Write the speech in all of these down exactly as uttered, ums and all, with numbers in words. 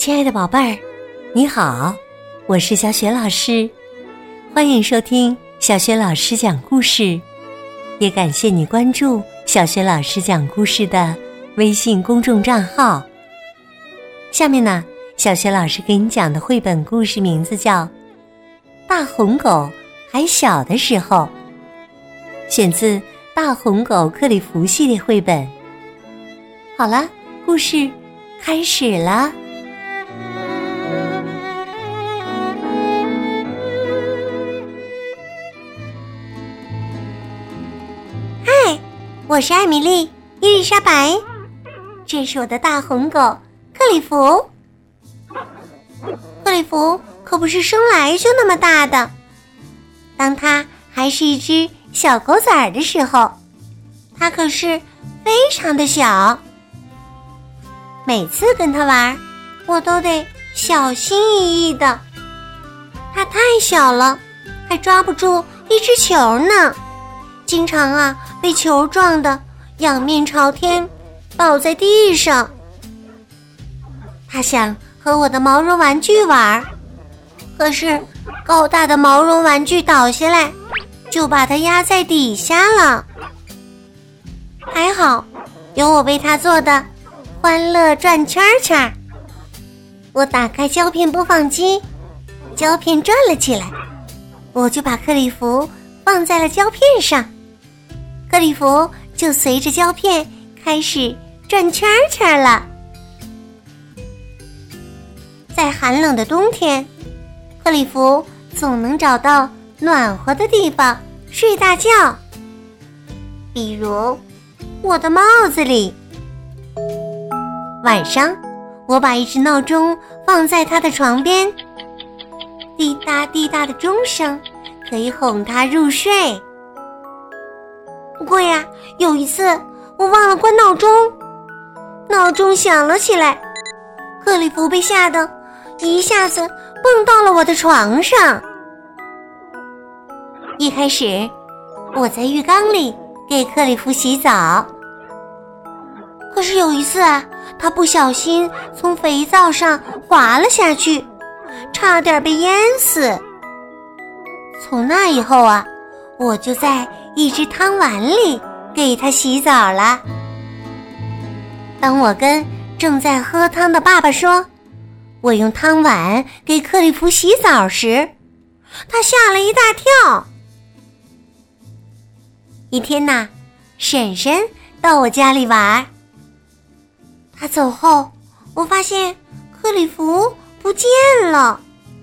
亲爱的宝贝儿，你好，我是小雪老师，欢迎收听小雪老师讲故事，也感谢你关注小雪老师讲故事的微信公众账号。下面呢，小雪老师给你讲的绘本故事名字叫《大红狗还小的时候》，选自《大红狗克里夫》系列绘本。好了，故事开始了。 嗨，我是艾米丽·伊丽莎白，这是我的大红狗克里夫。克里夫可不是生来就那么大的，当他还是一只小狗崽儿的时候，他可是非常的小。每次跟他玩，我都得小心翼翼的。他太小了，还抓不住一只球呢，经常啊被球撞得仰面朝天，倒在地上。他想和我的毛绒玩具玩，可是高大的毛绒玩具倒下来，就把它压在底下了。还好有我为他做的欢乐转圈圈。我打开胶片播放机，胶片转了起来，我就把克里夫放在了胶片上，克里夫就随着胶片开始转圈圈了。在寒冷的冬天，克里夫总能找到暖和的地方睡大觉，比如我的帽子里。晚上，我把一只闹钟放在他的床边，滴答滴答的钟声可以哄他入睡。不过呀，有一次我忘了关闹钟，闹钟响了起来，克里夫被吓得一下子蹦到了我的床上。一开始，我在浴缸里给克里夫洗澡，可是有一次啊，他不小心从肥皂上滑了下去，差点被淹死。从那以后啊，我就在一只汤碗里给他洗澡了。当我跟正在喝汤的爸爸说我用汤碗给克里夫洗澡时，他吓了一大跳。一天呐，婶婶到我家里玩，他走后，我发现克里夫不见了。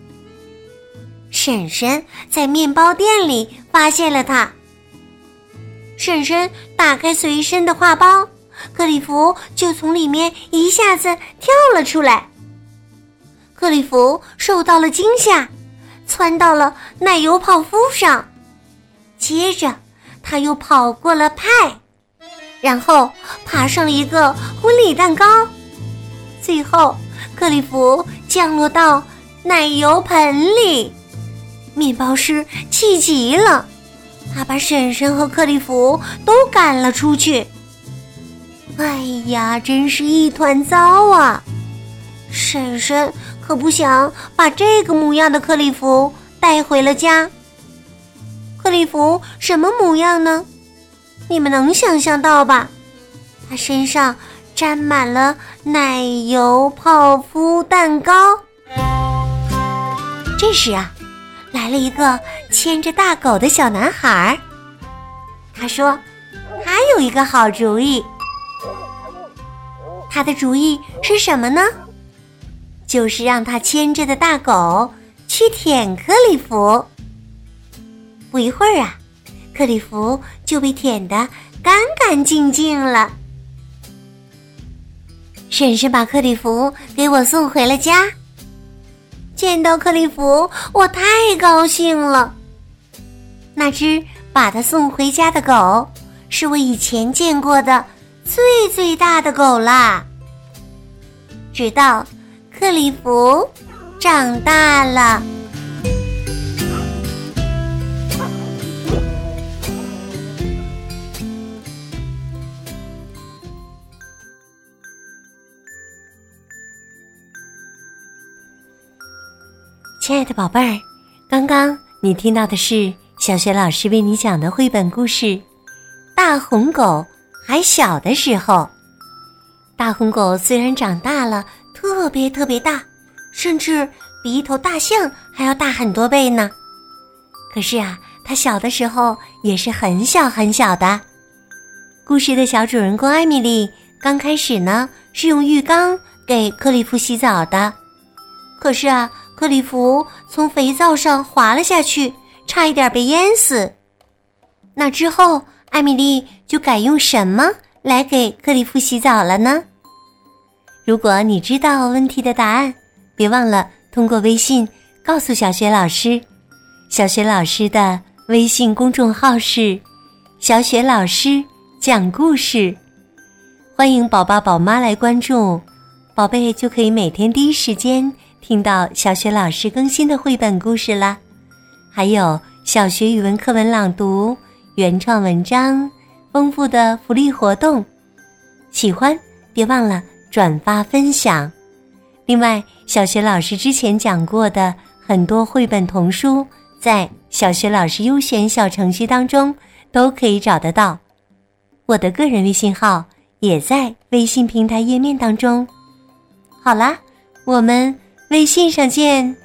婶婶在面包店里发现了他。婶婶打开随身的挎包，克里夫就从里面一下子跳了出来。克里夫受到了惊吓，窜到了奶油泡芙上，接着他又跑过了派，然后爬上了一个婚礼蛋糕，最后克里夫降落到奶油盆里。面包师气极了，他把婶婶和克里夫都赶了出去。哎呀，真是一团糟啊！婶婶可不想把这个模样的克里夫带回了家。克里夫什么模样呢？你们能想象到吧？他身上沾满了奶油泡芙蛋糕。这时啊，来了一个牵着大狗的小男孩。他说他有一个好主意。他的主意是什么呢？就是让他牵着的大狗去舔克里夫。不一会儿啊，克里夫就被舔得干干净净了。婶婶把克里夫给我送回了家。见到克里夫，我太高兴了。那只把他送回家的狗，是我以前见过的最最大的狗啦。直到克里夫长大了。 亲爱的宝贝儿，刚刚你听到的是小学老师为你讲的绘本故事《大红狗还小的时候》。大红狗虽然长大了，特别特别大，甚至比一头大象还要大很多倍呢。可是啊，它小的时候也是很小很小的。故事的小主人公艾米丽刚开始呢是用浴缸给克里夫洗澡的，可是啊，克里夫从肥皂上滑了下去，差一点被淹死。那之后，艾米丽就改用什么来给克里夫洗澡了呢？如果你知道问题的答案，别忘了通过微信告诉小雪老师。小雪老师的微信公众号是小雪老师讲故事，欢迎宝宝宝妈来关注，宝贝就可以每天第一时间听到小雪老师更新的绘本故事啦。还有小学语文课文朗读、原创文章、丰富的福利活动，喜欢别忘了转发分享。另外，小学老师之前讲过的很多绘本童书，在小学老师优选小程序当中都可以找得到。我的个人微信号也在微信平台页面当中。好啦，我们微信上见。